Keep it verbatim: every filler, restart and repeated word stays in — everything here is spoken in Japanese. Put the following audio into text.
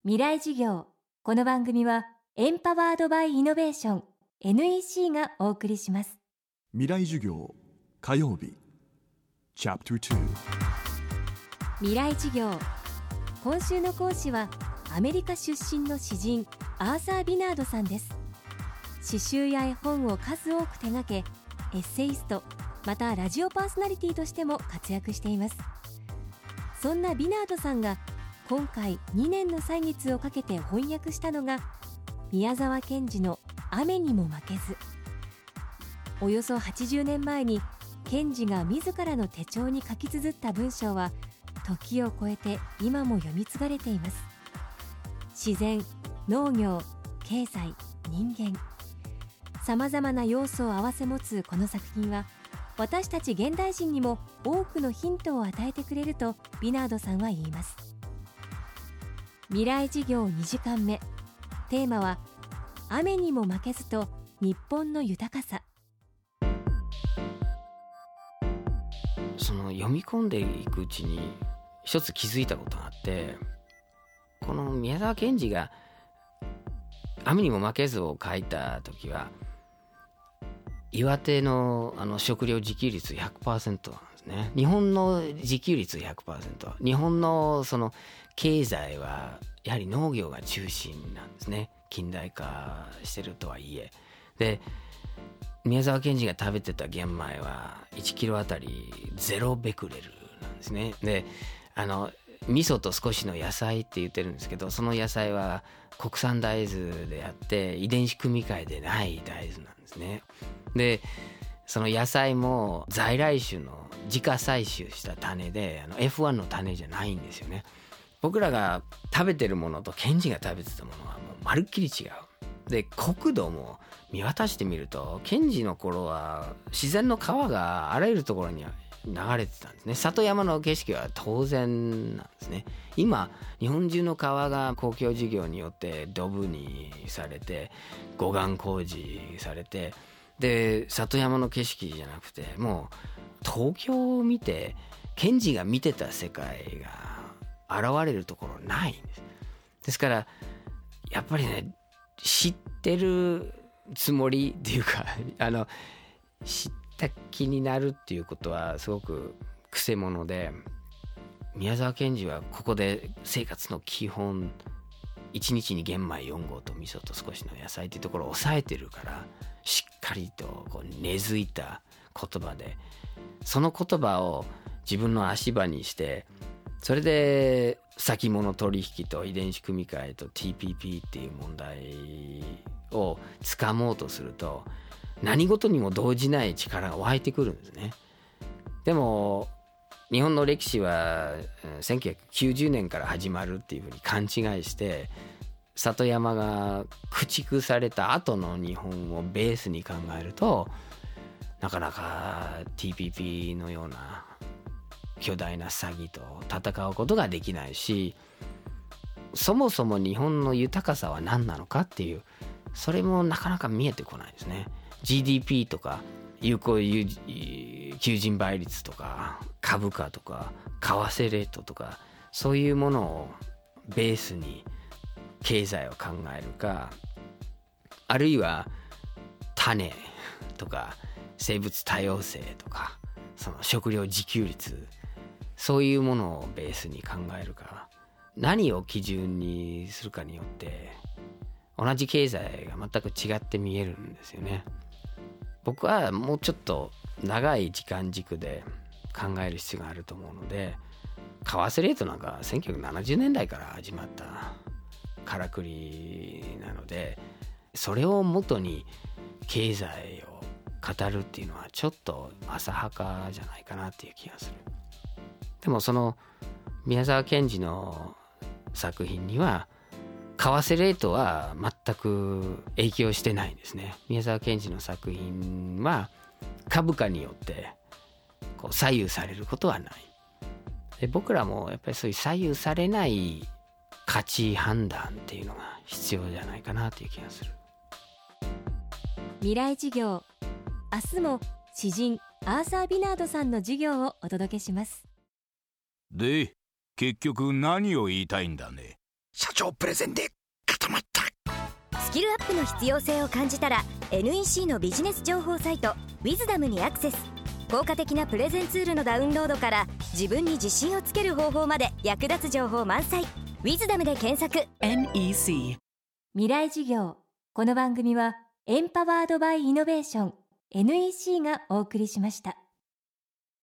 未来事業。この番組はエンパワードバイイノベーション エヌイーシー がお送りします。 未来授業火曜日チャプターに。 未来事業。今週の講師はアメリカ出身の詩人アーサー・ビナードさんです。詩集や絵本を数多く手掛け、エッセイストまたラジオパーソナリティとしても活躍しています。そんなビナードさんが今回にねんの歳月をかけて翻訳したのが宮沢賢治の雨にも負けず。およそはちじゅうねんまえに賢治が自らの手帳に書き綴った文章は時を超えて今も読み継がれています。自然、農業、経済、人間、さまざまな要素を併せ持つこの作品は私たち現代人にも多くのヒントを与えてくれるとビナードさんは言います。未来事業にじかんめ、テーマは雨にも負けずと日本の豊かさ。 その読み込んでいくうちに一つ気づいたことがあって、この宮沢賢治が雨にも負けずを書いた時は岩手のあの食料自給率 ひゃくパーセント なんですね。日本の自給率 ひゃくパーセント、 日本のその経済はやはり農業が中心なんですね。近代化してるとはいえ。で宮沢賢治が食べてた玄米はいちキロあたりゼロベクレルなんですね。であの味噌と少しの野菜って言ってるんですけど、その野菜は国産大豆であって遺伝子組み換えでない大豆なんですね。でその野菜も在来種の自家採集した種で、あの エフワン の種じゃないんですよね。僕らが食べてるものと賢治が食べてたものはもうまるっきり違う。で国土も見渡してみると、賢治の頃は自然の川があらゆるところに流れてたんですね。里山の景色は当然なんですね。今日本中の川が公共事業によってドブにされて護岸工事されて、で里山の景色じゃなくてもう東京を見て賢治が見てた世界が現れるところないんです。ですからやっぱりね、知ってるつもりっていうかあの知った気になるっていうことはすごくくせ者で、宮沢賢治はここで生活の基本いちにちに玄米よん合と味噌と少しの野菜っていうところを抑えてるから、しっかりとこう根付いた言葉で、その言葉を自分の足場にして、それで先物取引と遺伝子組み換えと ティーピーピー っていう問題をつかもうとすると何事にも動じない力が湧いてくるんですね。でも日本の歴史はせんきゅうひゃくきゅうじゅうねんから始まるっていうふうに勘違いして、里山が駆逐された後の日本をベースに考えると、なかなか ティーピーピー のような巨大な詐欺と戦うことができないし、そもそも日本の豊かさは何なのかっていう、それもなかなか見えてこないですね。 ジーディーピー とか有効求人倍率とか株価とか為替レートとか、そういうものをベースに経済を考えるか、あるいは種とか生物多様性とかその食料自給率、そういうものをベースに考えるか、何を基準にするかによって同じ経済が全く違って見えるんですよね。僕はもうちょっと長い時間軸で考える必要があると思うので、為替レートなんかせんきゅうひゃくななじゅうねんだいから始まったからくりなので、それをもとに経済を語るっていうのはちょっと浅はかじゃないかなっていう気がする。でもその宮沢賢治の作品には為替レートは全く影響してないんですね。宮沢賢治の作品は株価によってこう左右されることはない。で僕らもやっぱりそういう左右されない価値判断っていうのが必要じゃないかなという気がする。 未来事業。明日も詩人アーサー・ビナードさんの授業をお届けします。 で、結局何を言いたいんだね。 社長プレゼンで固まった。 スキルアップの必要性を感じたら エヌイーシー のビジネス情報サイト ウィズダム にアクセス。効果的なプレゼンツールのダウンロードから自分に自信をつける方法まで役立つ情報満載。 ウィズダム で検索。 エヌイーシー未来事業。この番組はエンパワードバイイノベーション エヌイーシー がお送りしました。